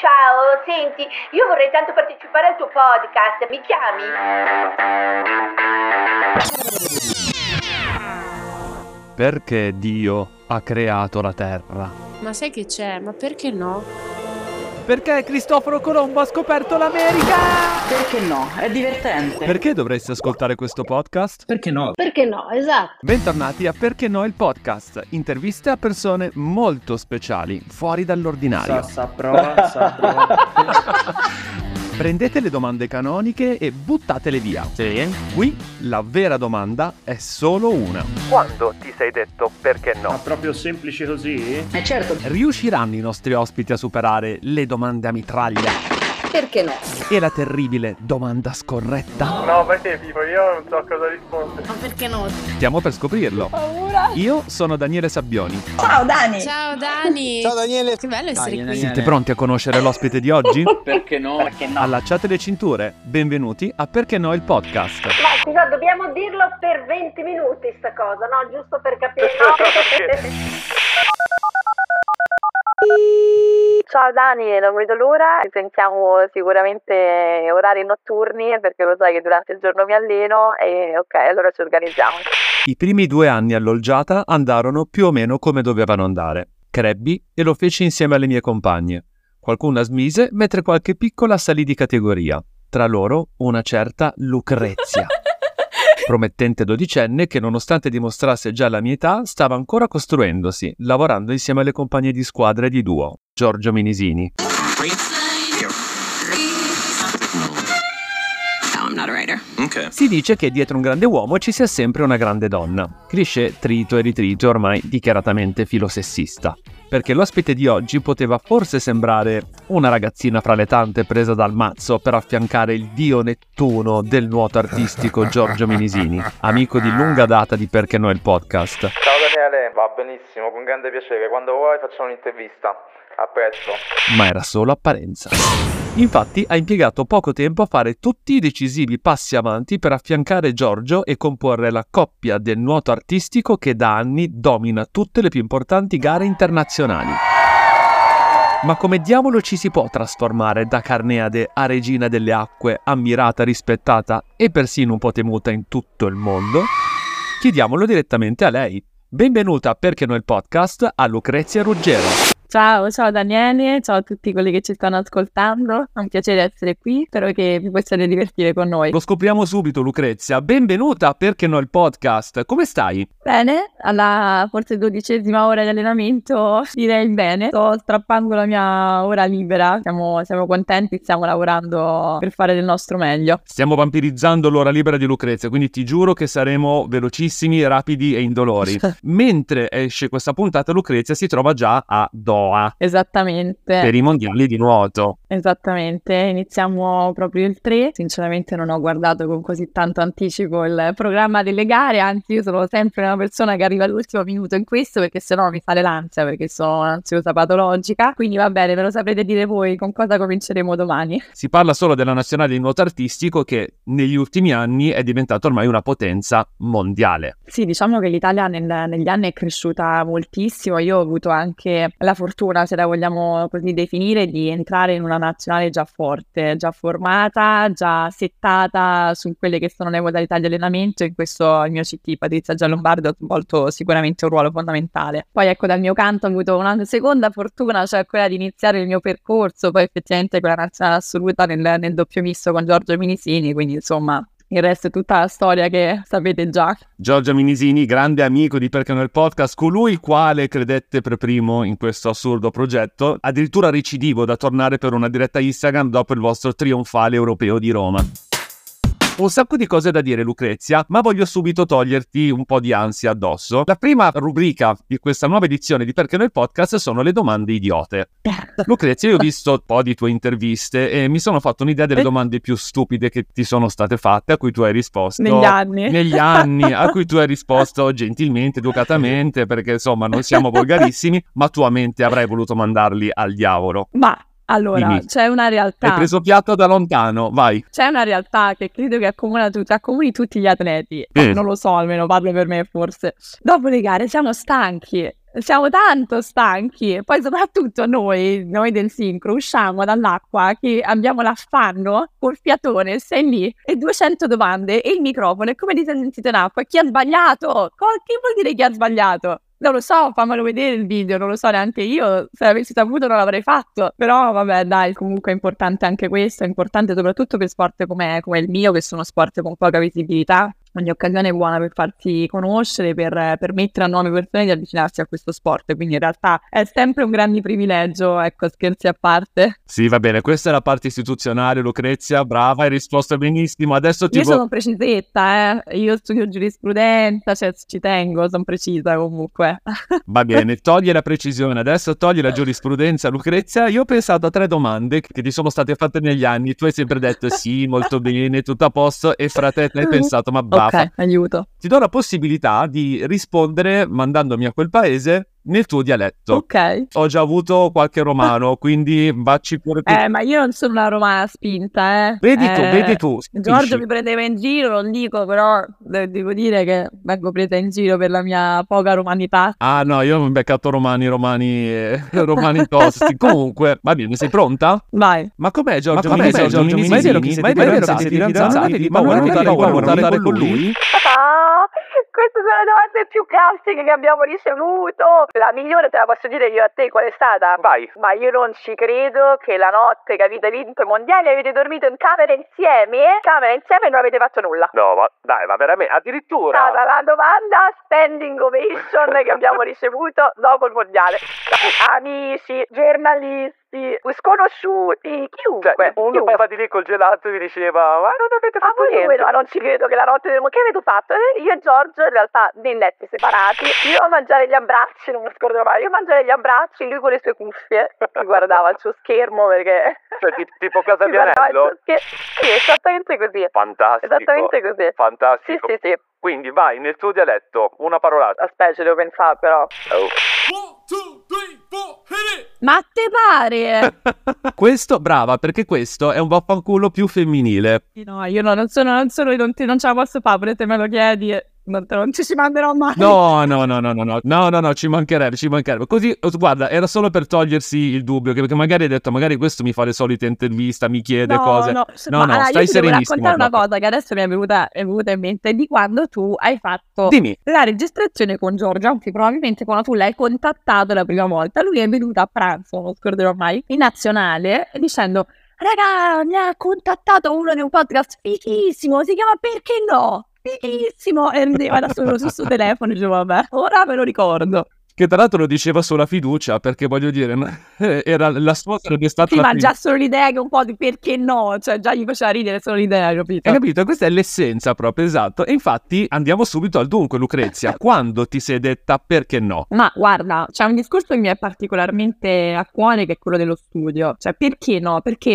ciao, senti, io vorrei tanto partecipare al tuo podcast, mi chiami? Perché Dio ha creato la Terra? Ma sai che c'è? Ma perché no? Perché Cristoforo Colombo ha scoperto l'America? Perché no? È divertente. Perché dovresti ascoltare questo podcast? Perché no? Perché no, esatto. Bentornati a Perché no il podcast, interviste a persone molto speciali, fuori dall'ordinario. Prova. Prendete le domande canoniche e buttatele via. Sì. Qui la vera domanda è solo una. Quando ti sei detto perché Ma no? proprio semplice così? Certo. Riusciranno i nostri ospiti a superare le domande a mitraglia Perché no? e la terribile domanda scorretta? No, perché Pipo, io non so cosa rispondere. Ma perché no? Stiamo per scoprirlo. Paura. Io sono Daniele Sabbioni. Ciao Dani. Ciao Dani! Ciao Daniele. Che bello essere qui. Siete pronti a conoscere l'ospite di oggi? Perché no? Perché no? Allacciate le cinture. Benvenuti a Perché no il podcast. Ma scusa, dobbiamo dirlo per 20 minuti sta cosa, no? Giusto per capire. Ciao Dani, non vedo l'ora, ci sentiamo sicuramente orari notturni perché lo sai che durante il giorno mi alleno e ok, allora ci organizziamo. I primi 2 anni all'Olgiata andarono più o meno come dovevano andare. Crebbi e lo feci insieme alle mie compagne. Qualcuna smise mentre qualche piccola salì di categoria. Tra loro una certa Lucrezia. Promettente dodicenne che nonostante dimostrasse già la mia età stava ancora costruendosi, lavorando insieme alle compagne di squadra e di duo, Giorgio Minisini. Si dice che dietro un grande uomo ci sia sempre una grande donna. Cliché trito e ritrito ormai dichiaratamente filosessista. Perché l'ospite di oggi poteva forse sembrare una ragazzina fra le tante presa dal mazzo per affiancare il dio Nettuno del nuoto artistico Giorgio Minisini, amico di lunga data di Perché no il podcast. Ciao Daniele, va benissimo, con grande piacere. Quando vuoi facciamo un'intervista. A presto. Ma era solo apparenza. Infatti ha impiegato poco tempo a fare tutti i decisivi passi avanti per affiancare Giorgio e comporre la coppia del nuoto artistico che da anni domina tutte le più importanti gare internazionali. Ma come diavolo ci si può trasformare da Carneade a regina delle acque, ammirata, rispettata e persino un po' temuta in tutto il mondo? Chiediamolo direttamente a lei. Benvenuta a Perché no il podcast a Lucrezia Ruggero. Ciao Daniele, ciao a tutti quelli che ci stanno ascoltando, è un piacere essere qui, spero che vi possiate divertire con noi. Lo scopriamo subito Lucrezia, benvenuta a Perché no il podcast, come stai? Bene, alla forse 12ª ora di allenamento direi bene, sto strappando la mia ora libera, siamo contenti, stiamo lavorando per fare del nostro meglio. Stiamo vampirizzando l'ora libera di Lucrezia, quindi ti giuro che saremo velocissimi, rapidi e indolori. Mentre esce questa puntata Lucrezia si trova già a Doha. Esattamente. Per i mondiali di nuoto. Esattamente, iniziamo proprio il 3. Sinceramente non ho guardato con così tanto anticipo il programma delle gare, anzi io sono sempre una persona che arriva all'ultimo minuto in questo perché sennò mi sale l'ansia perché sono ansiosa patologica. Quindi va bene, ve lo saprete dire voi con cosa cominceremo domani. Si parla solo della nazionale di nuoto artistico che negli ultimi anni è diventata ormai una potenza mondiale. Sì, diciamo che l'Italia negli anni è cresciuta moltissimo. Io ho avuto anche la fortuna, se la vogliamo così definire, di entrare in una nazionale già forte, già formata, già settata su quelle che sono le modalità di allenamento. In questo il mio CT Patrizia Giallombardo ha svolto sicuramente un ruolo fondamentale. Poi ecco, dal mio canto ho avuto una seconda fortuna, cioè quella di iniziare il mio percorso, poi effettivamente quella nazionale assoluta nel doppio misto con Giorgio Minisini, quindi insomma il resto è tutta la storia che sapete già. Giorgio Minisini, grande amico di Perché no il podcast, colui il quale credette per primo in questo assurdo progetto, addirittura recidivo da tornare per una diretta Instagram dopo il vostro trionfale europeo di Roma. Un sacco di cose da dire Lucrezia, ma voglio subito toglierti un po' di ansia addosso. La prima rubrica di questa nuova edizione di Perché no il podcast sono le domande idiote. Lucrezia, io ho visto un po' di tue interviste e mi sono fatto un'idea delle domande più stupide che ti sono state fatte, a cui tu hai risposto negli anni, a cui tu hai risposto gentilmente, educatamente, perché insomma non siamo volgarissimi, ma tua mente avrai voluto mandarli al diavolo. Ma allora, Dimmi. c'è una realtà. Hai preso piatto da lontano, vai. C'è una realtà che credo che accomuni tutti gli atleti. Non lo so, almeno parlo per me forse. Dopo le gare siamo stanchi. siamo tanto stanchi. Poi soprattutto noi del sincro usciamo dall'acqua che abbiamo l'affanno col fiatone, sei lì e 200 domande e il microfono e come ti sei sentito in acqua? Chi ha sbagliato? Che vuol dire chi ha sbagliato? Non lo so, fammelo vedere il video, non lo so neanche io, se l'avessi saputo non l'avrei fatto, però vabbè dai, comunque è importante anche questo, è importante soprattutto per sport come il mio, che sono sport con poca visibilità. Ogni occasione è buona per farsi conoscere, per permettere a nuove persone di avvicinarsi a questo sport, quindi in realtà è sempre un grande privilegio, ecco, scherzi a parte. Sì, va bene, questa è la parte istituzionale, Lucrezia, brava, hai risposto benissimo. Adesso Io sono precisetta, io studio giurisprudenza, cioè ci tengo, sono precisa comunque. Va bene, togli la precisione, adesso togli la giurisprudenza, Lucrezia. Io ho pensato a 3 domande che ti sono state fatte negli anni, tu hai sempre detto sì, molto bene, tutto a posto, e fra te hai pensato, ma Ok, aiuto. ti do la possibilità di rispondere mandandomi a quel paese nel tuo dialetto. Ok. Ho già avuto qualche romano, quindi vacci pure tu. Ma io non sono una romana spinta, Vedi tu. Giorgio capisci? mi prendeva in giro, non dico, però devo dire che vengo presa in giro per la mia poca romanità. Ah no, io ho beccato romani tosti. Comunque, va bene, sei pronta? Vai. Ma com'è Giorgio? Ma com'è Giorgio Ma è vero che siete fidanzati? Ma vuoi andare con lui? Ah, queste sono le domande più classiche che abbiamo ricevuto. La migliore te la posso dire io a te qual è stata? Vai. Ma io non ci credo che la notte che avete vinto i mondiali avete dormito in camera insieme? E non avete fatto nulla. No, ma dai, ma veramente, addirittura. Stata la domanda standing ovation che abbiamo ricevuto dopo il mondiale. Amici, giornalisti, sconosciuti, chiunque. Cioè, uno stava di lì col gelato e mi diceva, ma non avete Ma fatto voi niente. ma non ci credo che la notte del che avete fatto? Io e Giorgio in realtà nei letti separati, io a mangiare gli abbracci, non mi scordo mai, io a mangiare gli abbracci, lui con le sue cuffie, che guardava il suo schermo perché... Cioè, tipo Casa mi guardava il Vianello? suo Sì, esattamente così. Fantastico. Esattamente così. Fantastico. Sì. Quindi vai nel tuo dialetto, una parolata. Aspetta, ci devo pensare però. Ma te pare? Questo, brava, perché questo è un vaffanculo più femminile. No, io non ce la posso fare, pure te me lo chiedi e non ci manderò mai. No, ci mancherebbe. Così, guarda, era solo per togliersi il dubbio, perché magari hai detto, magari questo mi fa le solite interviste, mi chiede cose. No, allora, stai io ti devo serenissimo. raccontare una proprio. cosa che adesso mi è venuta in mente, di quando tu hai fatto Dimmi. la registrazione con Giorgio, anzi probabilmente quando tu l'hai contattato la prima volta, lui è venuto a pranzo, non scorderò mai, in nazionale, dicendo: raga, mi ha contattato uno di un podcast fichissimo, si chiama Perché No? Fichissimo, e rideva da solo sul suo telefono, dicevo vabbè, ora me lo ricordo. Che tra l'altro lo diceva sulla fiducia, perché voglio dire, era la sua sarebbe stata Sì, la ma prima. già solo l'idea che un po' di perché no, cioè già gli faceva ridere solo l'idea, capito? Hai capito? Questa è l'essenza proprio, esatto. E infatti andiamo subito al dunque, Lucrezia. Quando ti sei detta perché no? Ma guarda, c'è un discorso che mi è particolarmente a cuore, che è quello dello studio. Cioè, perché no? Perché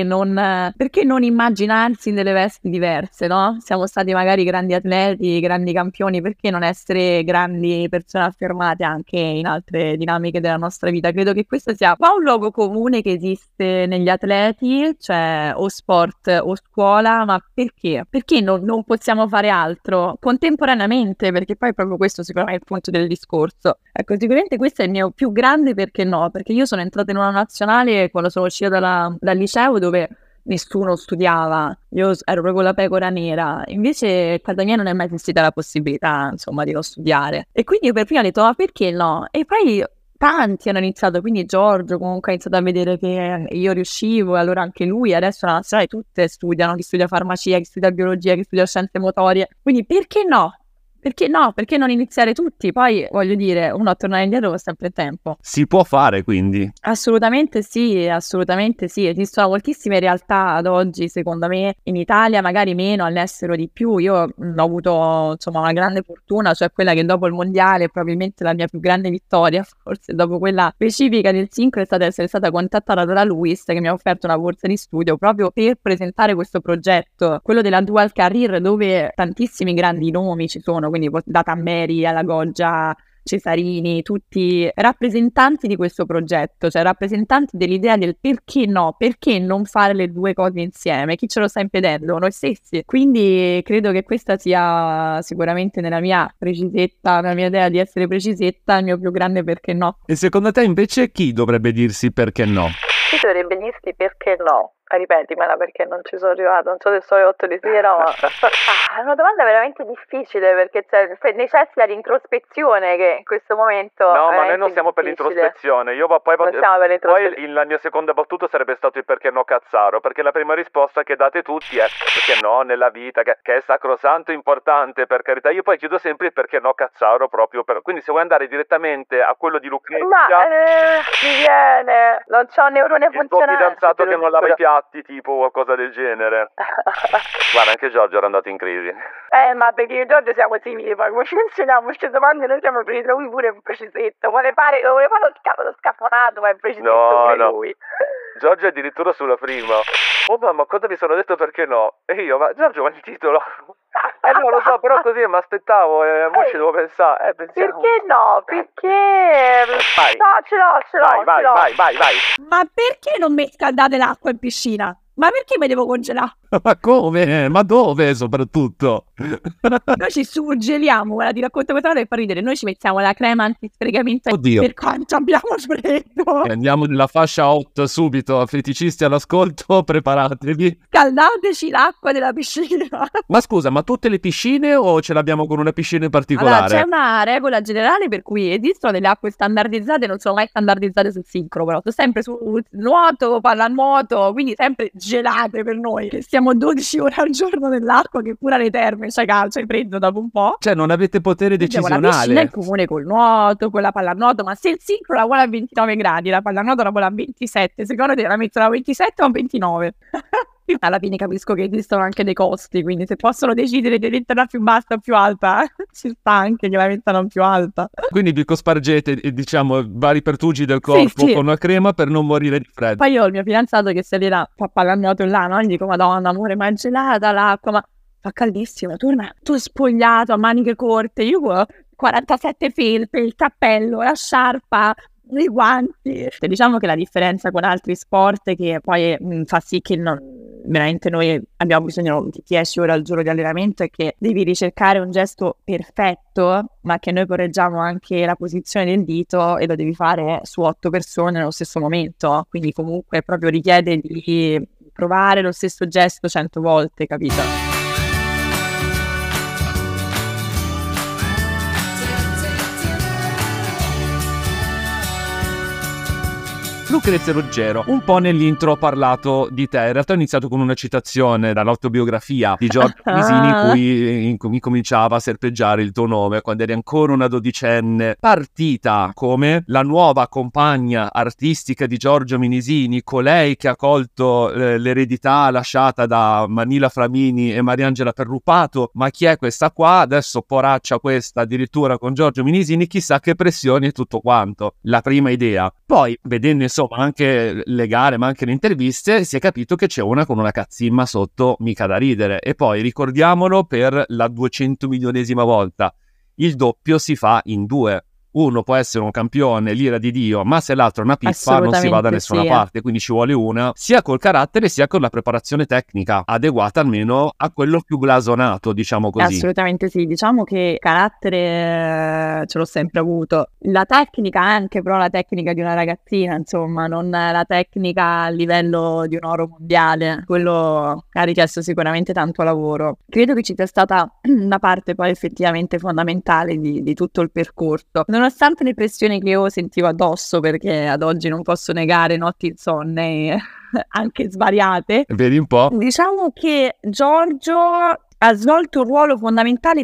non immaginarsi in delle vesti diverse, no? Siamo stati magari grandi atleti, grandi campioni, perché non essere grandi persone affermate anche in altre dinamiche della nostra vita? Credo che questo sia un luogo comune che esiste negli atleti, cioè o sport o scuola, ma perché? Perché non possiamo fare altro contemporaneamente? Perché poi proprio questo sicuramente è il punto del discorso. Ecco, sicuramente questo è il mio più grande perché no, perché io sono entrata in una nazionale quando sono uscita dal liceo, dove nessuno studiava, io ero proprio la pecora nera, invece a casa mia non è mai esistita la possibilità, insomma, di non studiare. E quindi io per prima ho detto, ma perché no? E poi tanti hanno iniziato, quindi Giorgio comunque ha iniziato a vedere che io riuscivo, e allora anche lui, adesso la nazionale tutte studiano, chi studia farmacia, chi studia biologia, chi studia scienze motorie, quindi perché no? Perché no? Perché non iniziare tutti? Poi, voglio dire, uno a tornare indietro va sempre tempo. Si può fare, quindi. Assolutamente sì, assolutamente sì. Esistono moltissime realtà ad oggi, secondo me, in Italia magari meno, all'estero di più. Io ho avuto, insomma, una grande fortuna, cioè quella che dopo il mondiale, probabilmente la mia più grande vittoria, forse dopo quella specifica del sincro, è stata essere stata contattata da Luis, che mi ha offerto una borsa di studio proprio per presentare questo progetto, quello della dual career, dove tantissimi grandi nomi ci sono, quindi da Tammeri alla Goggia, Cesarini, tutti rappresentanti di questo progetto, cioè rappresentanti dell'idea del perché no, perché non fare le due cose insieme, chi ce lo sta impedendo? Noi stessi. Quindi credo che questa sia sicuramente nella mia precisetta, nella mia idea di essere precisetta, il mio più grande perché no. E secondo te invece chi dovrebbe dirsi perché no? Chi dovrebbe dirsi perché no? Ripetimela perché non ci sono arrivato, non so se sono le 8 di sera, ma è una domanda veramente difficile perché necessita di introspezione che in questo momento No, ma è noi non siamo per difficile. l'introspezione. Non siamo per l'introspezione. Poi la mia seconda battuta sarebbe stato il perché no Cazzaro, perché la prima risposta che date tutti è perché no nella vita, che è sacrosanto importante, per carità. Io poi chiedo sempre il perché no Cazzaro proprio per... Quindi se vuoi andare direttamente a quello di Lucrezia, Ma mi viene, non c'ho neurone il tuo funzionante. fidanzato che non lava i piatti, tipo qualcosa del genere. Guarda, anche Giorgio era andato in crisi. Ma perché io e Giorgio siamo simili, poi come ci menzioniamo queste domande noi siamo presi tra lui pure un precisetto, vuole fare lo scafonato, ma è precisetto pure No. lui. Giorgio è addirittura sulla prima. Oh mamma, cosa mi sono detto perché no? E io, ma Giorgio, ma il titolo? No, lo so, però così mi aspettavo e mo ci devo pensare. Pensiamo. Perché no? Perché... Vai. No, ce l'ho. Vai. Ma perché non mi scaldate l'acqua in piscina? Ma perché mi devo congelare? Ma come? Ma dove soprattutto? Noi ci surgeliamo, guarda, ti racconto questa cosa che fa ridere. Noi ci mettiamo la crema antisfregamento Oddio. per quanto abbiamo freddo. Andiamo nella fascia hot subito, feticisti all'ascolto, preparatevi. Scaldateci l'acqua della piscina. Ma scusa, ma tutte le piscine o ce l'abbiamo con una piscina in Allora, particolare? c'è una regola generale per cui esistono delle acque standardizzate, non sono mai standardizzate sul sincro, però sono sempre su nuoto, pallanuoto, quindi sempre gelate per noi, che stiamo 12 ore al giorno nell'acqua, che pure alle terme c'è calcio e freddo dopo un po'. Cioè non avete potere Abbiamo la piscina in decisionale. comune col nuoto, con la pallanuoto, ma se il sincro la vuole a 29 gradi, la pallanuoto la vuole a 27, secondo te la mettono a 27 o a 29? Alla fine capisco che esistono anche dei costi, quindi se possono decidere di metterla più bassa o più alta, ci sta anche che la mettano più alta. Quindi vi cospargete, diciamo, vari pertugi del corpo Sì. con una crema per non morire di freddo. Poi io ho il mio fidanzato che se lì là fa pallanuoto là, no? Gli dico, Madonna, amore, ma è gelata l'acqua, ma fa caldissimo, torna tu spogliato a maniche corte, io ho 47 felpe, il cappello, la sciarpa, i guanti. Diciamo che la differenza con altri sport che poi fa sì che veramente noi abbiamo bisogno di 10 ore al giorno di allenamento è che devi ricercare un gesto perfetto, ma che noi correggiamo anche la posizione del dito e lo devi fare su 8 persone nello stesso momento, quindi comunque proprio richiede di provare lo stesso gesto 100 volte, capito? Lucrezia Ruggero, un po' nell'intro ho parlato di te, in realtà ho iniziato con una citazione dall'autobiografia di Giorgio Minisini in cui cominciava a serpeggiare il tuo nome quando eri ancora una dodicenne, partita come la nuova compagna artistica di Giorgio Minisini, colei che ha colto l'eredità lasciata da Manila Flamini e Mariangela Perrupato. Ma chi è questa qua? Adesso poraccia questa addirittura con Giorgio Minisini, chissà che pressioni e tutto quanto. La prima idea. Poi, vedendo insomma anche le gare ma anche le interviste, si è capito che c'è una con una cazzimma sotto mica da ridere. E poi ricordiamolo per la 200 milionesima volta, il doppio si fa in due. Uno può essere un campione, l'ira di Dio, ma se l'altro è una pippa non si va da nessuna parte, quindi ci vuole una, sia col carattere sia con la preparazione tecnica, adeguata almeno a quello più blasonato, diciamo così. Assolutamente sì, diciamo che carattere ce l'ho sempre avuto. La tecnica anche, però la tecnica di una ragazzina, insomma, non la tecnica a livello di un oro mondiale. Quello ha richiesto sicuramente tanto lavoro. Credo che ci sia stata una parte poi effettivamente fondamentale di tutto il percorso. Nonostante le pressioni che io sentivo addosso, perché ad oggi non posso negare notti insonne anche svariate, Vedi un po'? diciamo che Giorgio ha svolto un ruolo fondamentale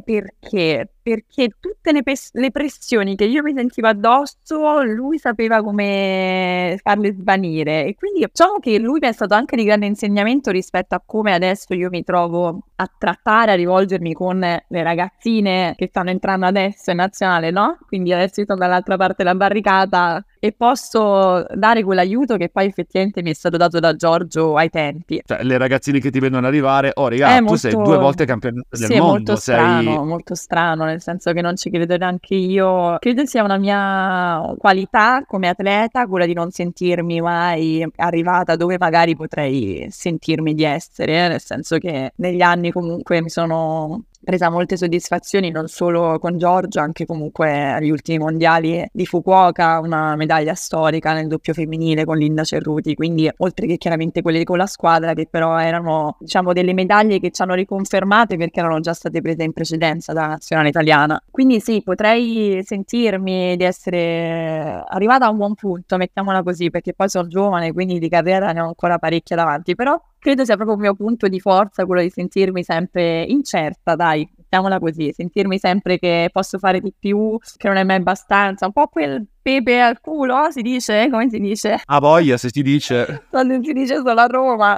perché tutte le pressioni che io mi sentivo addosso lui sapeva come farle svanire, e quindi diciamo che lui mi è stato anche di grande insegnamento rispetto a come adesso io mi trovo a trattare, a rivolgermi con le ragazzine che stanno entrando adesso in nazionale, no? Quindi adesso io sono dall'altra parte della barricata e posso dare quell'aiuto che poi effettivamente mi è stato dato da Giorgio ai tempi. Cioè, le ragazzine che ti vedono arrivare, oh regà, tu sei 2 volte campionessa del sì, mondo, è molto strano, nel senso che non ci credo neanche io. Credo sia una mia qualità come atleta, quella di non sentirmi mai arrivata dove magari potrei sentirmi di essere, nel senso che negli anni comunque mi sono presa molte soddisfazioni, non solo con Giorgio, anche comunque agli ultimi mondiali di Fukuoka, una medaglia storica nel doppio femminile con Linda Cerruti, quindi oltre che chiaramente quelle con la squadra, che però erano, diciamo, delle medaglie che ci hanno riconfermate perché erano già state prese in precedenza dalla nazionale italiana. Quindi sì, potrei sentirmi di essere arrivata a un buon punto, mettiamola così, perché poi sono giovane, quindi di carriera ne ho ancora parecchia davanti, però credo sia proprio il mio punto di forza quello di sentirmi sempre incerta, dai, mettiamola così, sentirmi sempre che posso fare di più, che non è mai abbastanza, un po' quel pepe al culo, si dice? Come si dice? A voglia, se si dice. Non si dice solo a Roma.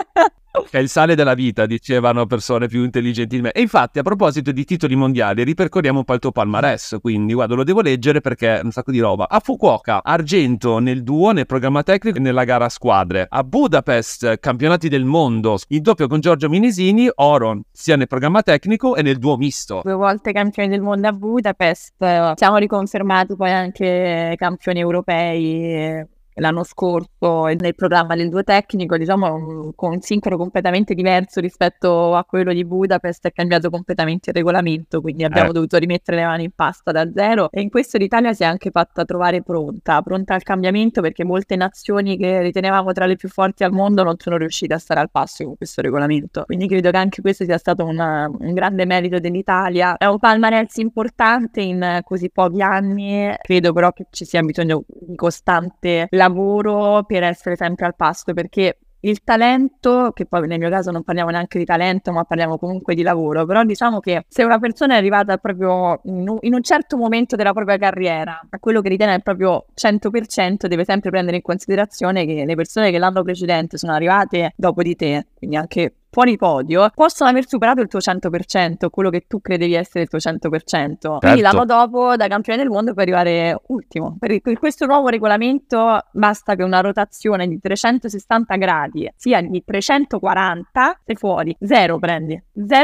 È il sale della vita, dicevano persone più intelligenti di me. E infatti, a proposito di titoli mondiali, ripercorriamo un po' il tuo palmarès. Quindi, guarda, lo devo leggere perché è un sacco di roba. A Fukuoka, argento nel duo, nel programma tecnico e nella gara a squadre. A Budapest, campionati del mondo, in doppio con Giorgio Minesini, oro, sia nel programma tecnico e nel duo misto. 2 volte campioni del mondo a Budapest, siamo riconfermati poi anche campioni europei l'anno scorso nel programma del duo tecnico, diciamo con un sincro completamente diverso rispetto a quello di Budapest, è cambiato completamente il regolamento, quindi abbiamo dovuto rimettere le mani in pasta da zero, e in questo l'Italia si è anche fatta trovare pronta al cambiamento, perché molte nazioni che ritenevamo tra le più forti al mondo non sono riuscite a stare al passo con questo regolamento, quindi credo che anche questo sia stato un grande merito dell'Italia. È un palmarès importante in così pochi anni, credo però che ci sia bisogno di costante lavoro per essere sempre al passo, perché il talento, che poi nel mio caso non parliamo neanche di talento, ma parliamo comunque di lavoro, però diciamo che se una persona è arrivata proprio in un certo momento della propria carriera, a quello che ritiene il proprio 100%, deve sempre prendere in considerazione che le persone che l'anno precedente sono arrivate dopo di te, quindi anche fuori podio, possono aver superato il tuo 100%, quello che tu credevi essere il tuo 100%. Quindi l'anno dopo, da campione del mondo, puoi arrivare ultimo. Per questo nuovo regolamento basta che una rotazione di 360 gradi sia di 340, sei fuori, 0 prendi,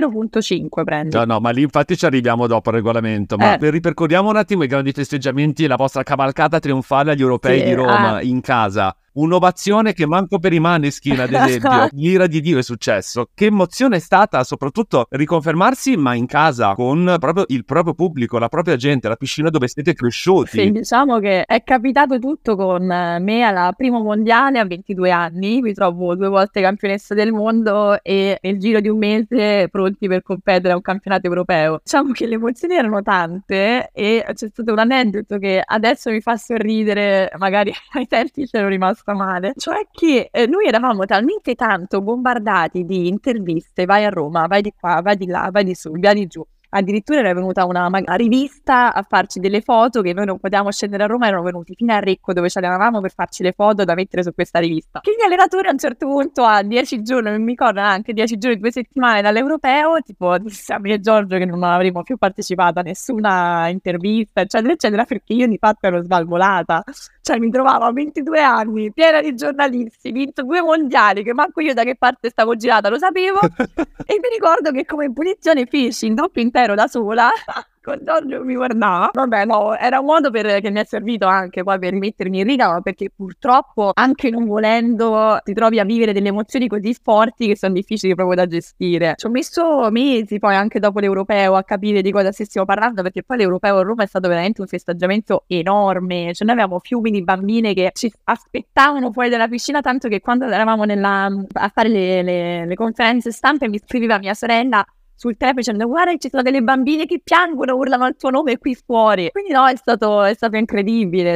0.5 prendi. No, ma lì infatti ci arriviamo dopo il regolamento, ma ripercorriamo un attimo i grandi festeggiamenti e la vostra cavalcata trionfale agli europei di Roma in casa. Un'ovazione che manco per i Maneskin, ad esempio. L'ira di Dio è successo. Che emozione è stata, soprattutto riconfermarsi, ma in casa, con proprio il proprio pubblico, la propria gente, la piscina dove siete cresciuti. Sì, diciamo che è capitato tutto con me alla primo mondiale a 22 anni. Mi trovo 2 volte campionessa del mondo e nel giro di un mese pronti per competere a un campionato europeo. Diciamo che le emozioni erano tante e c'è stato un aneddoto che adesso mi fa sorridere, magari ai tempi c'ero rimasta male, cioè che noi eravamo talmente tanto bombardati di interviste, vai a Roma, vai di qua, vai di là, vai di su, vai di giù. Addirittura era venuta una rivista a farci delle foto, che noi non potevamo scendere a Roma, erano venuti fino a Recco dove ci allenavamo per farci le foto da mettere su questa rivista. Che gli allenatori a un certo punto, a 10 giorni, non mi ricordo neanche 10 giorni, 2 settimane dall'europeo, tipo disse a me e Giorgio che non avremmo più partecipato a nessuna intervista, eccetera, eccetera, perché io di fatto ero svalvolata. Cioè mi trovavo a 22 anni, piena di giornalisti, vinto 2 mondiali, che manco io da che parte stavo girata lo sapevo, e mi ricordo che come punizione feci il doppio intero da sola, con Giorgio mi guardava. Vabbè, no, era un modo che mi è servito anche poi per rimettermi in riga, ma perché purtroppo anche non volendo ti trovi a vivere delle emozioni così forti che sono difficili proprio da gestire. Ci ho messo mesi poi anche dopo l'europeo a capire di cosa stessimo parlando, perché poi l'europeo a Roma è stato veramente un festeggiamento enorme, cioè noi avevamo fiumi di bambine che ci aspettavano fuori dalla piscina, tanto che quando eravamo a fare le conferenze stampe mi scriveva mia sorella sul telefono dicendo guarda ci sono delle bambine che piangono, urlano il tuo nome qui fuori. Quindi no, è stato incredibile,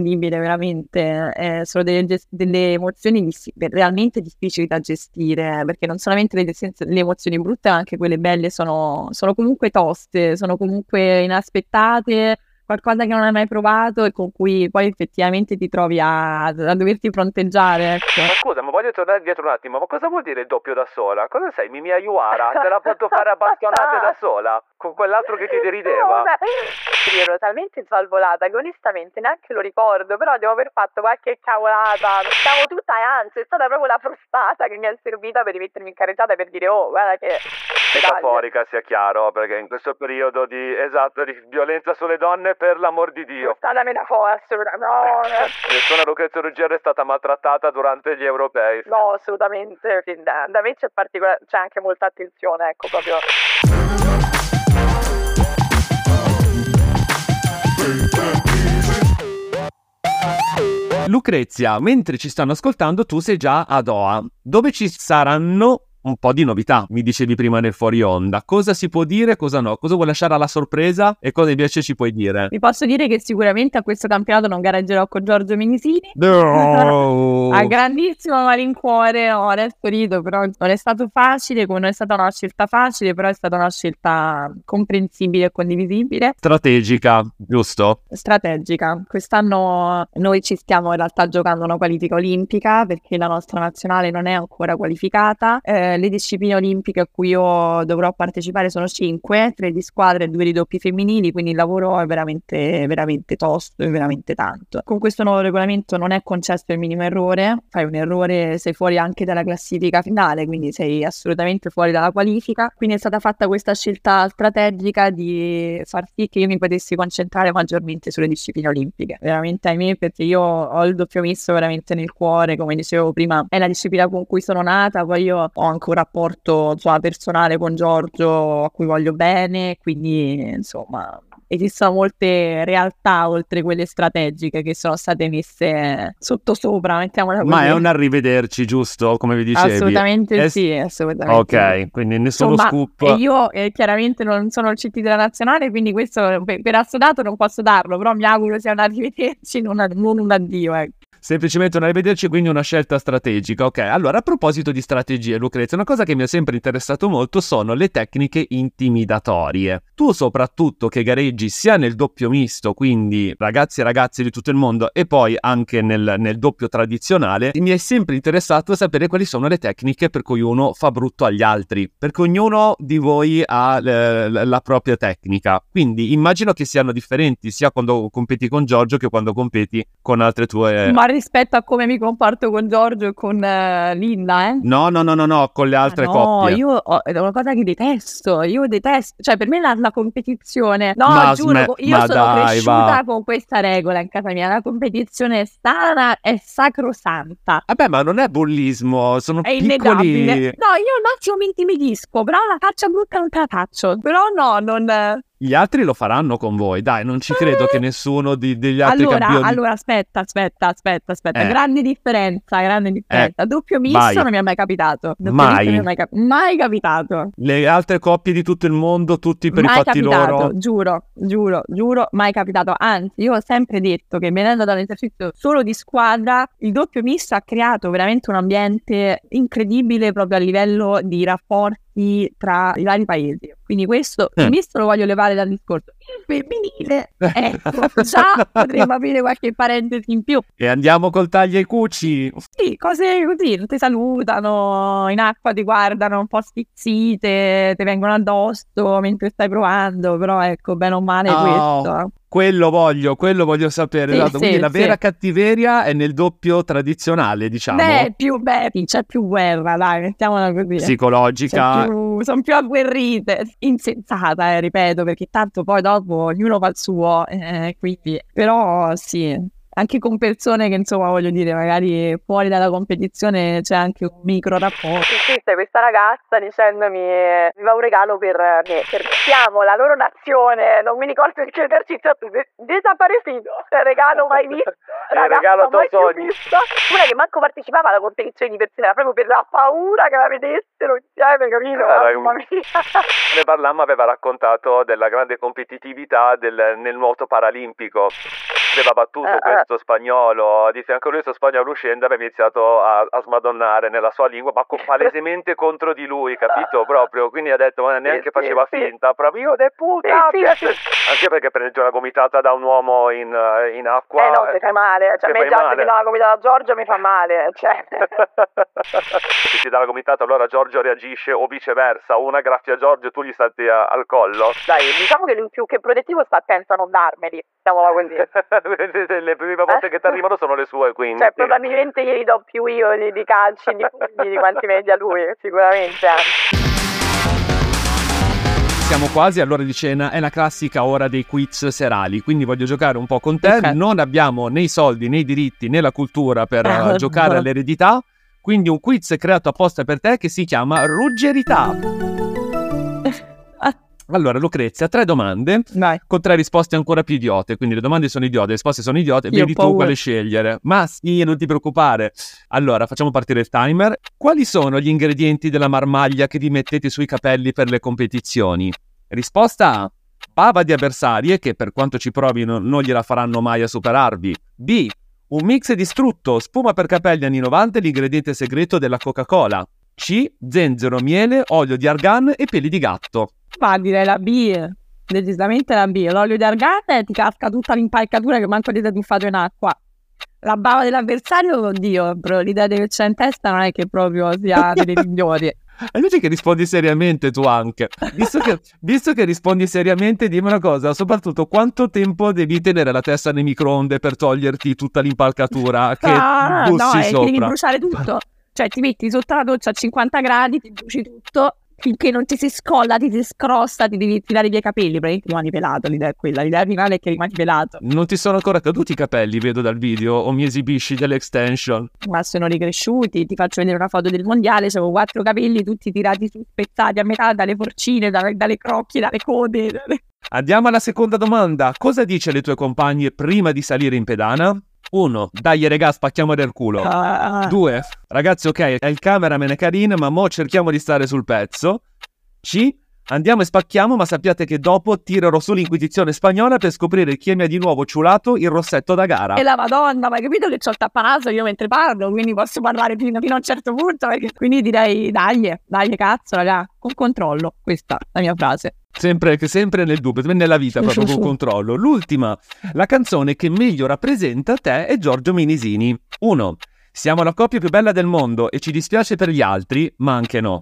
veramente. Sono delle emozioni realmente difficili da gestire, perché non solamente le emozioni brutte, ma anche quelle belle sono comunque toste, sono comunque inaspettate, qualcosa che non hai mai provato e con cui poi effettivamente ti trovi a doverti fronteggiare, ecco. Ma scusa, ma voglio tornare dietro un attimo, ma cosa vuol dire il doppio da sola? Cosa sei, Mimi Ayuara? Te l'ha fatto fare a bastonate da sola? Con quell'altro che ti derideva? Io ero talmente invalvolata che onestamente neanche lo ricordo, però devo aver fatto qualche cavolata. Stavo tutta, anzi, è stata proprio la frustata che mi è servita per rimettermi in carreggiata e per dire, oh, guarda che... Metaforica, sia chiaro, perché in questo periodo di violenza sulle donne, per l'amor di Dio. È stata metafora, assolutamente. No, Nessuna Lucrezia Ruggero è stata maltrattata durante gli europei. no, assolutamente. Sì, da me c'è anche molta attenzione, ecco, proprio. Lucrezia, mentre ci stanno ascoltando, tu sei già a Doha, dove ci saranno un po' di novità, mi dicevi prima nel fuori onda. Cosa si può dire, cosa no? Cosa vuoi lasciare alla sorpresa e cosa invece ci puoi dire? Vi posso dire che sicuramente a questo campionato non gareggerò con Giorgio Minisini. No! A grandissimo malincuore, adesso rido, però non è stato facile, come non è stata una scelta facile, però è stata una scelta comprensibile e condivisibile. Strategica, giusto? Strategica. Quest'anno noi ci stiamo in realtà giocando una qualifica olimpica perché la nostra nazionale non è ancora qualificata. Le discipline olimpiche a cui io dovrò partecipare sono 5, 3 di squadra e 2 di doppi femminili, quindi il lavoro è veramente, veramente tosto e veramente tanto. Con questo nuovo regolamento non è concesso il minimo errore, fai un errore sei fuori anche dalla classifica finale, quindi sei assolutamente fuori dalla qualifica, quindi è stata fatta questa scelta strategica di far sì che io mi potessi concentrare maggiormente sulle discipline olimpiche, veramente ahimè, perché io ho il doppio misto veramente nel cuore, come dicevo prima, è la disciplina con cui sono nata, poi io ho anche un rapporto personale con Giorgio a cui voglio bene, quindi insomma esistono molte realtà oltre quelle strategiche che sono state messe sottosopra, mettiamola così. Ma è un arrivederci, giusto? Come vi dicevi? Assolutamente sì, assolutamente. Ok, quindi nessuno Insomma, scoop. E io chiaramente non sono il CT della nazionale, quindi questo per assodato non posso darlo, però mi auguro sia un arrivederci, non un addio, ecco. Semplicemente un arrivederci, quindi una scelta strategica. Ok, allora a proposito di strategie, Lucrezia, una cosa che mi ha sempre interessato molto sono le tecniche intimidatorie. Tu soprattutto che gareggi sia nel doppio misto, quindi ragazzi e ragazze di tutto il mondo, e poi anche nel doppio tradizionale, mi è sempre interessato sapere quali sono le tecniche per cui uno fa brutto agli altri, perché ognuno di voi ha la propria tecnica, quindi immagino che siano differenti sia quando competi con Giorgio che quando competi con altre tue... Ma rispetto a come mi comporto con Giorgio e con Linda, No, con le altre coppie. Io è una cosa che detesto, cioè per me la competizione, no, Ma giuro, io sono dai, cresciuta con questa regola in casa mia, la competizione sana è sacrosanta. Vabbè, ma non è bullismo, sono È piccoli... innegabile. No, io al massimo mi intimidisco, però la faccia brutta non te la faccio. Però no, non... Gli altri lo faranno con voi, dai, non ci credo che nessuno degli altri campioni... Allora, aspetta. Grande differenza. Doppio misto vai. non mi è mai capitato. Mai. Non mi è mai capitato. Le altre coppie di tutto il mondo, tutti per Mai i fatti capitato, loro... giuro, mai capitato. Anzi, io ho sempre detto che venendo dall'esercizio solo di squadra, il doppio misto ha creato veramente un ambiente incredibile proprio a livello di rapporti tra i vari paesi. Quindi questo il misto lo voglio levare dal discorso. Il femminile, ecco, già potremmo aprire qualche parentesi in più. E andiamo col taglia e cuci. Sì, cose così, non ti salutano, in acqua ti guardano un po' stizzite, ti vengono addosso mentre stai provando, però ecco, bene o male questo. Quello voglio sapere. Sì, esatto. Quindi sì, la vera cattiveria è nel doppio tradizionale, diciamo. C'è più guerra, dai, mettiamola così. Psicologica. Sono più agguerrite, insensata, ripeto, perché tanto poi dopo ognuno fa il suo, quindi, però sì. Anche con persone che insomma voglio dire magari fuori dalla competizione c'è anche un micro rapporto. Sì, questa ragazza dicendomi mi va un regalo per me, siamo la loro nazione, non mi ricordo in che esercizio desaparecido, regalo mai visto, regalo tuo sogno. Una che manco partecipava alla competizione di persone, era proprio per la paura che la vedessero insieme, capito? Mamma mia. Ne parlammo, aveva raccontato della grande competitività nel nuoto paralimpico, aveva battuto questo sto spagnolo, di fianco a lui sto spagnolo uscendo e mi ha iniziato a smadonnare nella sua lingua, ma palesemente contro di lui, capito? Proprio, quindi ha detto, ma neanche faceva finta, proprio io de puta! Anche perché prendere una gomitata da un uomo in acqua... no, ti fai male, cioè a me già se mi dà la gomitata a Giorgio mi fa male, cioè... Se ti dà la gomitata allora Giorgio reagisce o viceversa, una graffia a Giorgio e tu gli salti al collo. Dai, diciamo che lui più che protettivo sta attento a non darmeli, diciamola così. Le prime volte che ti arrivano sono le sue, quindi. Cioè, probabilmente glieli do più io di calci, di pugni, di quanti me ne dia lui, sicuramente. Siamo quasi all'ora di cena, è la classica ora dei quiz serali, quindi voglio giocare un po' con te. Ok. Non abbiamo né i soldi, né i diritti, né la cultura per giocare all'eredità, quindi un quiz creato apposta per te che si chiama Ruggerità. Allora, Lucrezia, 3 domande Vai. con 3 risposte ancora più idiote, quindi le domande sono idiote, le risposte sono idiote, Io ho vedi tu paura. quale scegliere. Ma sì, non ti preoccupare. Allora, facciamo partire il timer. Quali sono gli ingredienti della marmaglia che vi mettete sui capelli per le competizioni? Risposta A: bava di avversarie che per quanto ci provino non gliela faranno mai a superarvi. B: un mix di strutto, spuma per capelli anni 90 e l'ingrediente segreto della Coca-Cola. C: zenzero, miele, olio di argan e peli di gatto. Ma direi la B, decisamente la B. L'olio di argan ti casca tutta l'impalcatura che manco ti sei tuffato in acqua. La bava dell'avversario, oddio, però l'idea che c'è in testa non è che proprio sia delle migliori. E invece che rispondi seriamente tu anche. Visto che rispondi seriamente, dimmi una cosa, soprattutto quanto tempo devi tenere la testa nei microonde per toglierti tutta l'impalcatura che No, bussi è che devi sopra? bruciare tutto. Cioè ti metti sotto la doccia a 50 gradi, ti bruci tutto, finché non ti si scolla, ti si scrosta, ti devi tirare via i capelli, praticamente rimani pelato, l'idea è quella, l'idea finale è che rimani pelato. Non ti sono ancora caduti i capelli, vedo dal video, o mi esibisci delle extension? Ma sono ricresciuti, ti faccio vedere una foto del mondiale, avevo 4 capelli tutti tirati su, spezzati a metà dalle porcine, dalle crocchie, dalle code. Andiamo alla seconda domanda. Cosa dice alle tue compagne prima di salire in pedana? 1. Dai regà, spacchiamo del culo. 2. Ragazzi, ok, è il cameraman è carino, ma mo cerchiamo di stare sul pezzo. C. Andiamo e spacchiamo, ma sappiate che dopo tirerò su l'Inquisizione spagnola per scoprire chi mi ha di nuovo ciulato il rossetto da gara. E la Madonna, ma hai capito che c'ho il tappanaso io mentre parlo, quindi posso parlare fino a un certo punto, quindi direi dai cazzo raga, con controllo, questa è la mia frase. Sempre nel dubbio, nella vita proprio con controllo. L'ultima, la canzone che meglio rappresenta te è Giorgio Minisini. 1. Siamo la coppia più bella del mondo e ci dispiace per gli altri, ma anche no.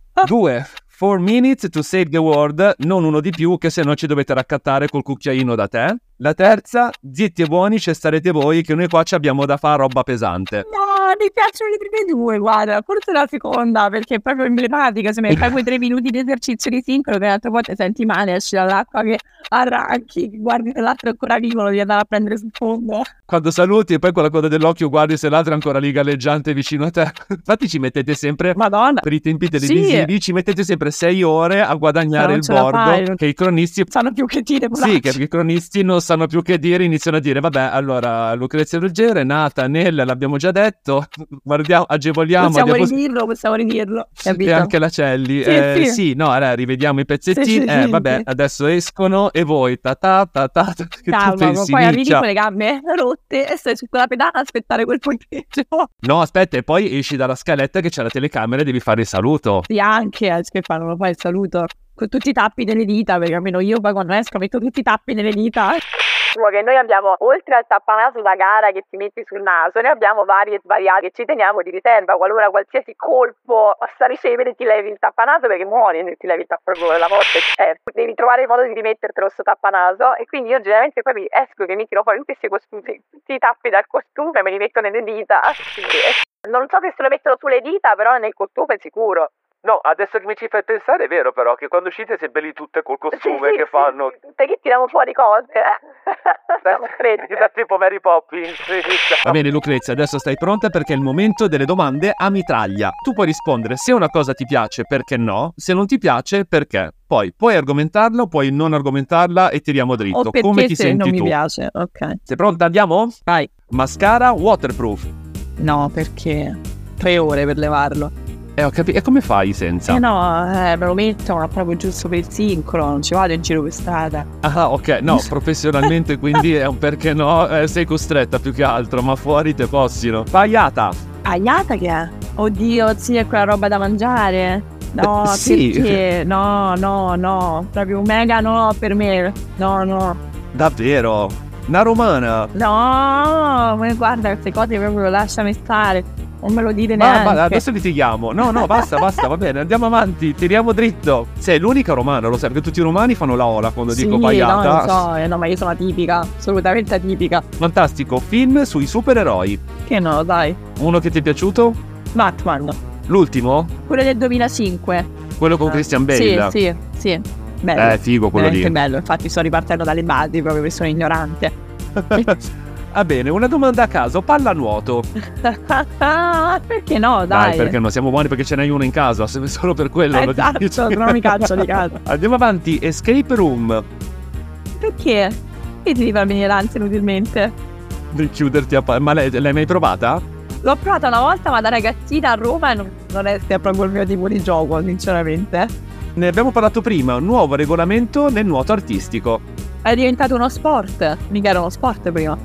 2. 4 minutes to save the world, non uno di più che se no ci dovete raccattare col cucchiaino da te. La terza, zitti e buoni, ci starete voi che noi qua ci abbiamo da fare roba pesante. No, mi piacciono le prime due, guarda, forse la seconda perché è proprio emblematica, se mi fai quei 3 minuti di esercizio di sincro che l'altra volta senti male, esci dall'acqua che arranchi, guardi se l'altro è ancora vivo, lo devi andare a prendere sul fondo. Quando saluti e poi con la coda dell'occhio guardi se l'altro è ancora lì galleggiante vicino a te. Infatti ci mettete sempre, Madonna, per i tempi televisivi, ci mettete sempre 6 ore a guadagnare non il ce la bordo, fai. che i cronisti... sanno più che dire, Sì, che i cronisti non sanno più che dire, iniziano a dire, vabbè, allora, Lucrezia Ruggero è nata, Nella, l'abbiamo già detto, guardiamo, agevoliamo... possiamo ridirlo, E anche la Celli. Sì, no, allora, rivediamo i pezzettini, Sì. vabbè, adesso escono e voi, che calma, tu pensi, poi arrivi miccia. con le gambe rotte e stai su quella pedana a aspettare quel punteggio. No, aspetta, e poi esci dalla scaletta che c'è la telecamera e devi fare il saluto. Sì, anche, che fanno poi il saluto con tutti i tappi delle dita, perché almeno io poi quando esco metto tutti i tappi nelle dita. Che noi abbiamo, oltre al tappanaso da gara che ti metti sul naso, ne abbiamo varie svariate che ci teniamo di riserva, qualora qualsiasi colpo possa ricevere ti levi il tappanaso perché muori, ti levi il tappanaso, la morte c'è, devi trovare il modo di rimettertelo sto tappanaso e quindi io generalmente poi esco che mi tiro fuori tutti questi costumi, tutti i tappi dal costume, me li metto nelle dita, quindi, non so se se lo mettono sulle dita, però nel costume sicuro. No, adesso che mi ci fai pensare è vero però che quando uscite siete belli tutte col costume che fanno... Sì, tutte che tirano fuori cose, siamo freddi. Tipo Mary Poppins. Va bene Lucrezia, adesso stai pronta perché è il momento delle domande a mitraglia. Tu puoi rispondere se una cosa ti piace, perché no, se non ti piace, perché. Poi puoi argomentarla o puoi non argomentarla e tiriamo dritto, O perché come ti se senti non mi tu. piace, ok. Sei pronta? Andiamo? Vai. Mascara waterproof. No, perché 3 ore per levarlo. Ho capito. E come fai senza? No, me lo mettono proprio giusto per il sincro, non ci vado in giro per strada. Ah, ok, no, professionalmente quindi è un perché no, sei costretta più che altro, ma fuori te possino. Paiata! Aiata che è? Oddio, sì, è quella roba da mangiare? No, sì. Perché? No, proprio un mega no per me. No. Davvero? Una romana? No, ma guarda, queste cose proprio lasciami stare. Non me lo dite Ma neanche. adesso litighiamo. No, basta, va bene, andiamo avanti, tiriamo dritto. Sei l'unica romana, lo sai, perché tutti i romani fanno la ola quando dico paiata. No, lo so, no, ma io sono atipica, assolutamente atipica. Fantastico, film sui supereroi. Che no, dai. Uno che ti è piaciuto? Batman, L'ultimo? quello del 2005. Quello con Christian Bale. Sì. Bello. Figo quello lì. Che bello, infatti sto ripartendo dalle basi proprio perché sono ignorante. Va bene, una domanda a caso, pallanuoto. Perché no, dai. Perché no, siamo buoni perché ce n'hai uno in casa, solo per quello lo Esatto, dici. non mi caccio di casa. Andiamo avanti, escape room. Perché? Che ti fa venire l'ansia inutilmente? Di chiuderti ma l'hai mai provata? L'ho provata una volta, ma da ragazzina a Roma e non è proprio il mio tipo di gioco, sinceramente. Ne abbiamo parlato prima, un nuovo regolamento nel nuoto artistico. È diventato uno sport. Mica era uno sport prima.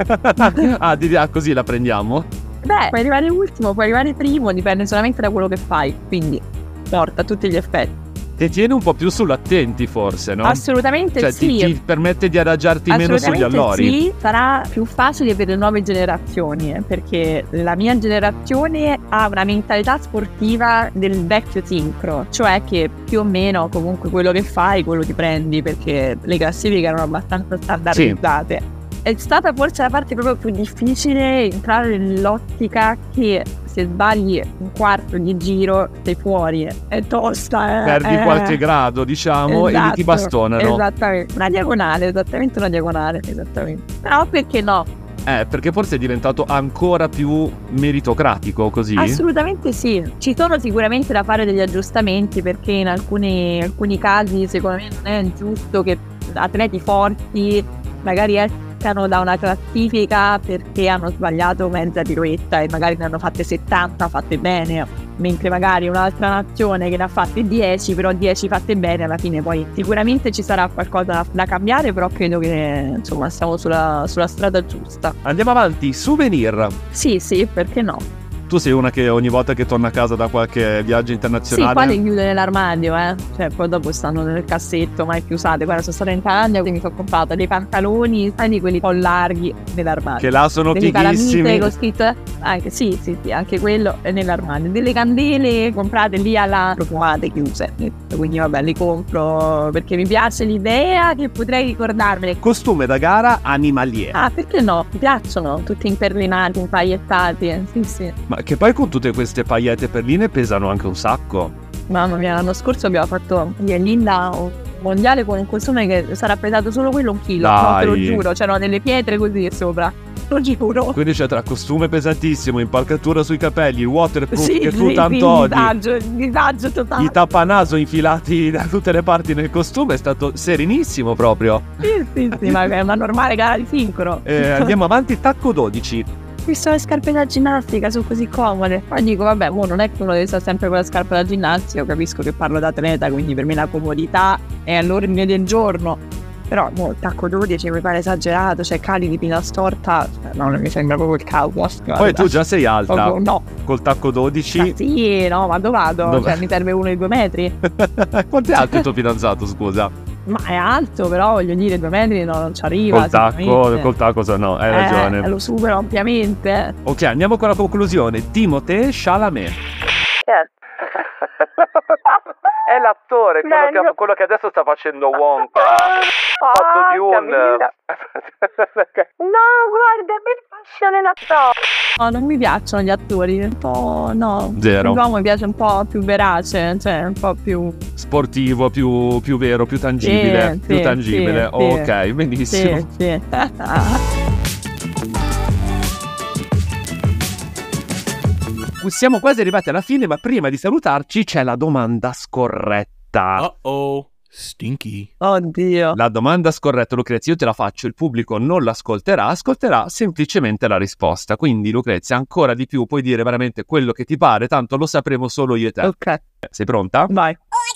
Così la prendiamo? Beh, puoi arrivare ultimo, puoi arrivare primo, dipende solamente da quello che fai. Quindi, sport a tutti gli effetti. Ti tiene un po' più sull'attenti forse, no? Assolutamente cioè, sì. ti permette di adagiarti meno sugli allori. Sì, sarà più facile per le nuove generazioni, perché la mia generazione ha una mentalità sportiva del vecchio sincro, cioè che più o meno comunque quello che fai, quello ti prendi, perché le classifiche erano abbastanza standardizzate. Sì. È stata forse la parte proprio più difficile entrare nell'ottica che se sbagli un quarto di giro sei fuori, è tosta. Perdi qualche grado, diciamo, esatto, e lì ti bastonano. Esattamente, una diagonale, esattamente una diagonale, esattamente. Però perché no? Perché forse è diventato ancora più meritocratico così? Assolutamente sì, ci sono sicuramente da fare degli aggiustamenti perché in alcuni casi secondo me non è giusto che atleti forti magari escano da una classifica perché hanno sbagliato mezza piruetta e magari ne hanno fatte 70 fatte bene, mentre magari un'altra nazione che ne ha fatte 10, però 10 fatte bene alla fine poi sicuramente ci sarà qualcosa da cambiare, però credo che insomma siamo sulla strada giusta. Andiamo avanti, souvenir. Sì, perché no? Tu sei una che ogni volta che torna a casa da qualche viaggio internazionale... Sì, qua le chiude nell'armadio, Cioè, poi dopo stanno nel cassetto, mai più usate. Guarda, sono stata in Thailandia, quindi mi sono comprata dei pantaloni, sai, di quelli un po' larghi nell'armadio. Che là sono delle fighissimi. Calamite con scritto... Anche, sì, anche quello è nell'armadio. Delle candele comprate lì alla... profumate, chiuse. Quindi vabbè, le compro perché mi piace l'idea che potrei ricordarmene. Costume da gara animalier. Perché no? Mi piacciono, tutti imperlinati, impaiettati. Sì. Ma che poi con tutte queste paillette perline pesano anche un sacco. Mamma mia, l'anno scorso abbiamo fatto io e Linda un mondiale con un costume che sarà pesato solo quello 1 chilo. No, te lo giuro, c'erano delle pietre così sopra. Lo giuro. Quindi c'è tra costume pesantissimo, impalcatura sui capelli, il waterproof che tu sì, tanto odi. Disagio totale. I tapanaso infilati da tutte le parti nel costume, è stato serenissimo proprio. Sì, ma è una normale gara di sincro. Andiamo avanti, tacco 12. Visto le scarpe da ginnastica, sono così comode. Poi dico, vabbè, non è che uno deve stare sempre con la scarpa da ginnastica. Io capisco che parlo da atleta, quindi per me la comodità è all'ordine del giorno. Però, il tacco 12 mi pare esagerato, cioè cali di pinna storta, non mi sembra proprio il caos. Poi tu già sei alta. No. Col tacco 12. Sì, no, ma dove vado? Cioè, mi serve uno di 2 metri. Quanto è alto il tuo fidanzato, scusa? Ma è alto, però voglio dire 2 metri non ci arriva. Col tacco no, hai ragione. Lo supero ampiamente. Ok, andiamo con la conclusione. Timothée Chalamet. È l'attore, quello che adesso sta facendo Wonka. Ha fatto Dune. No, guarda, mi piacciono l'attore. No, non mi piacciono gli attori, un po' no. Zero. L'uomo mi piace un po' più verace, cioè un po' più sportivo, più vero, più tangibile. Sì, ok, benissimo. Sì. Siamo quasi arrivati alla fine, ma prima di salutarci c'è la domanda scorretta. Stinky. Oddio. La domanda scorretta, Lucrezia, io te la faccio, il pubblico non l'ascolterà, ascolterà semplicemente la risposta. Quindi, Lucrezia, ancora di più puoi dire veramente quello che ti pare, tanto lo sapremo solo io e te. Ok, Sei pronta? vai.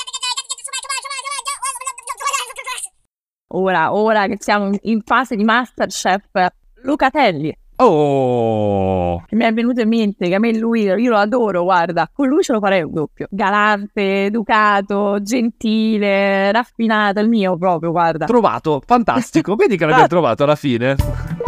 Ora che siamo in fase di Masterchef, Lucatelli. Oh! Che mi è venuto in mente che a me lui, io lo adoro, guarda, con lui ce lo farei un doppio. Galante, educato, gentile, raffinato, il mio proprio, guarda. Trovato, fantastico, vedi che l'abbiamo trovato alla fine.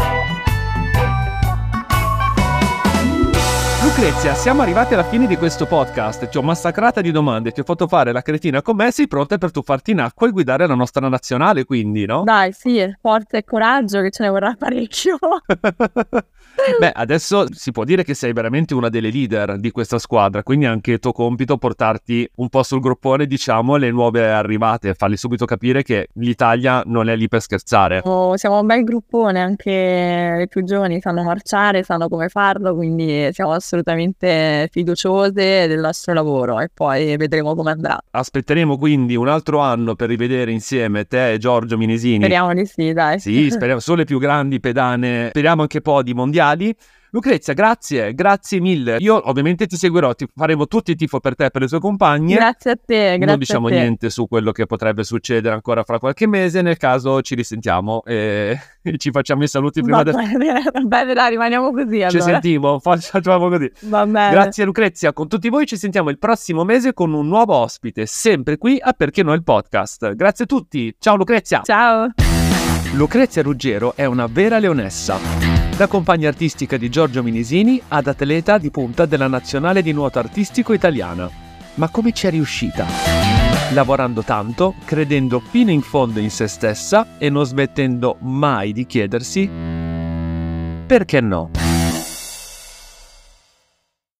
Lucrezia, siamo arrivati alla fine di questo podcast, ti ho massacrata di domande, ti ho fatto fare la cretina con me, sei pronta per tuffarti in acqua e guidare la nostra nazionale, quindi, no? Dai, sì, forza e coraggio che ce ne vorrà parecchio. Beh, adesso si può dire che sei veramente una delle leader di questa squadra, quindi è anche il tuo compito portarti un po' sul groppone, diciamo, le nuove arrivate, fargli subito capire che l'Italia non è lì per scherzare. Siamo un bel gruppone, anche le più giovani sanno marciare, sanno come farlo, quindi siamo assolutamente fiduciose del nostro lavoro e poi vedremo come andrà. Aspetteremo quindi un altro anno per rivedere insieme te e Giorgio Minesini. Speriamo di sì, dai. Sì, speriamo, solo le più grandi pedane, speriamo anche podi mondiali. Lucrezia, grazie mille. Io ovviamente ti seguirò, faremo tutti i tifo per te e per le tue compagne. Grazie a te, grazie. Non diciamo a te. niente su quello che potrebbe succedere ancora fra qualche mese, nel caso ci risentiamo e ci facciamo i saluti prima Va bene, dai, rimaniamo così allora. Ci sentiamo, facciamo così. Va bene. Grazie Lucrezia, con tutti voi ci sentiamo il prossimo mese con un nuovo ospite, sempre qui a Perché No il podcast. Grazie a tutti, ciao Lucrezia. Ciao. Lucrezia Ruggero è una vera leonessa. Da compagna artistica di Giorgio Minesini ad atleta di punta della nazionale di nuoto artistico italiana. Ma come ci è riuscita? Lavorando tanto, credendo fino in fondo in se stessa e non smettendo mai di chiedersi perché no?